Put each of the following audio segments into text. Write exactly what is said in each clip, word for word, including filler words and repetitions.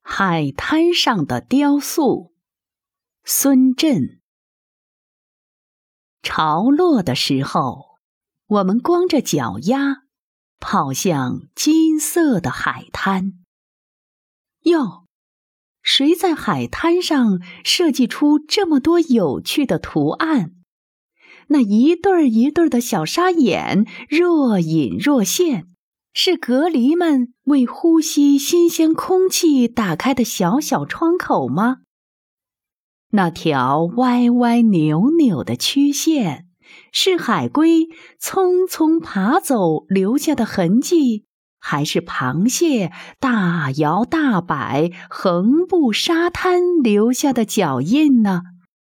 海滩上的雕塑，孙震。潮落的时候，我们光着脚丫，跑向金色的海滩。哟，谁在海滩上设计出这么多有趣的图案？那一对儿一对儿的小沙眼若隐若现，是蛤蜊们为呼吸新鲜空气打开的小小窗口吗？那条歪歪扭扭的曲线，是海龟匆匆爬走留下的痕迹，还是螃蟹大摇大摆横步沙滩留下的脚印呢？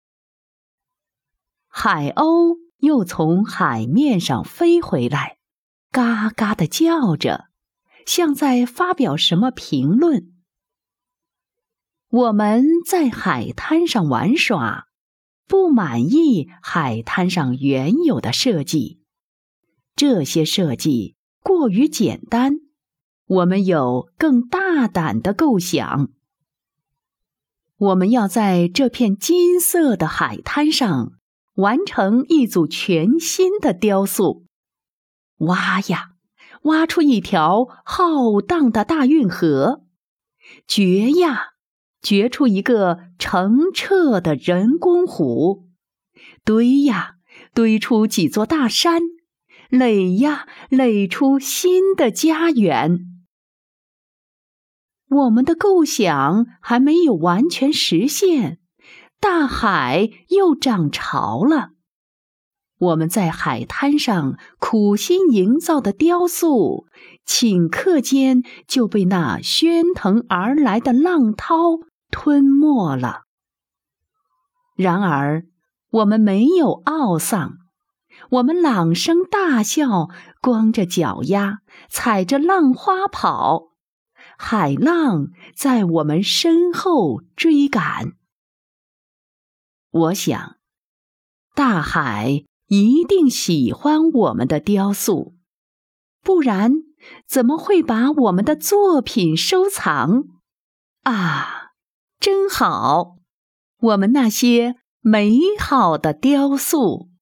海鸥又从海面上飞回来，嘎嘎地叫着，像在发表什么评论。我们在海滩上玩耍，不满意海滩上原有的设计，这些设计过于简单，我们有更大胆的构想。我们要在这片金色的海滩上完成一组全新的雕塑。挖呀，挖出一条浩荡的大运河；掘呀，掘出一个澄澈的人工湖；堆呀，堆出几座大山；垒呀，垒出新的家园。我们的构想还没有完全实现，大海又涨潮了。我们在海滩上苦心营造的雕塑，顷刻间就被那喧腾而来的浪涛吞没了。然而，我们没有懊丧，我们朗声大笑，光着脚丫，踩着浪花跑，海浪在我们身后追赶。我想，大海一定喜欢我们的雕塑，不然怎么会把我们的作品收藏？啊，真好，我们那些美好的雕塑。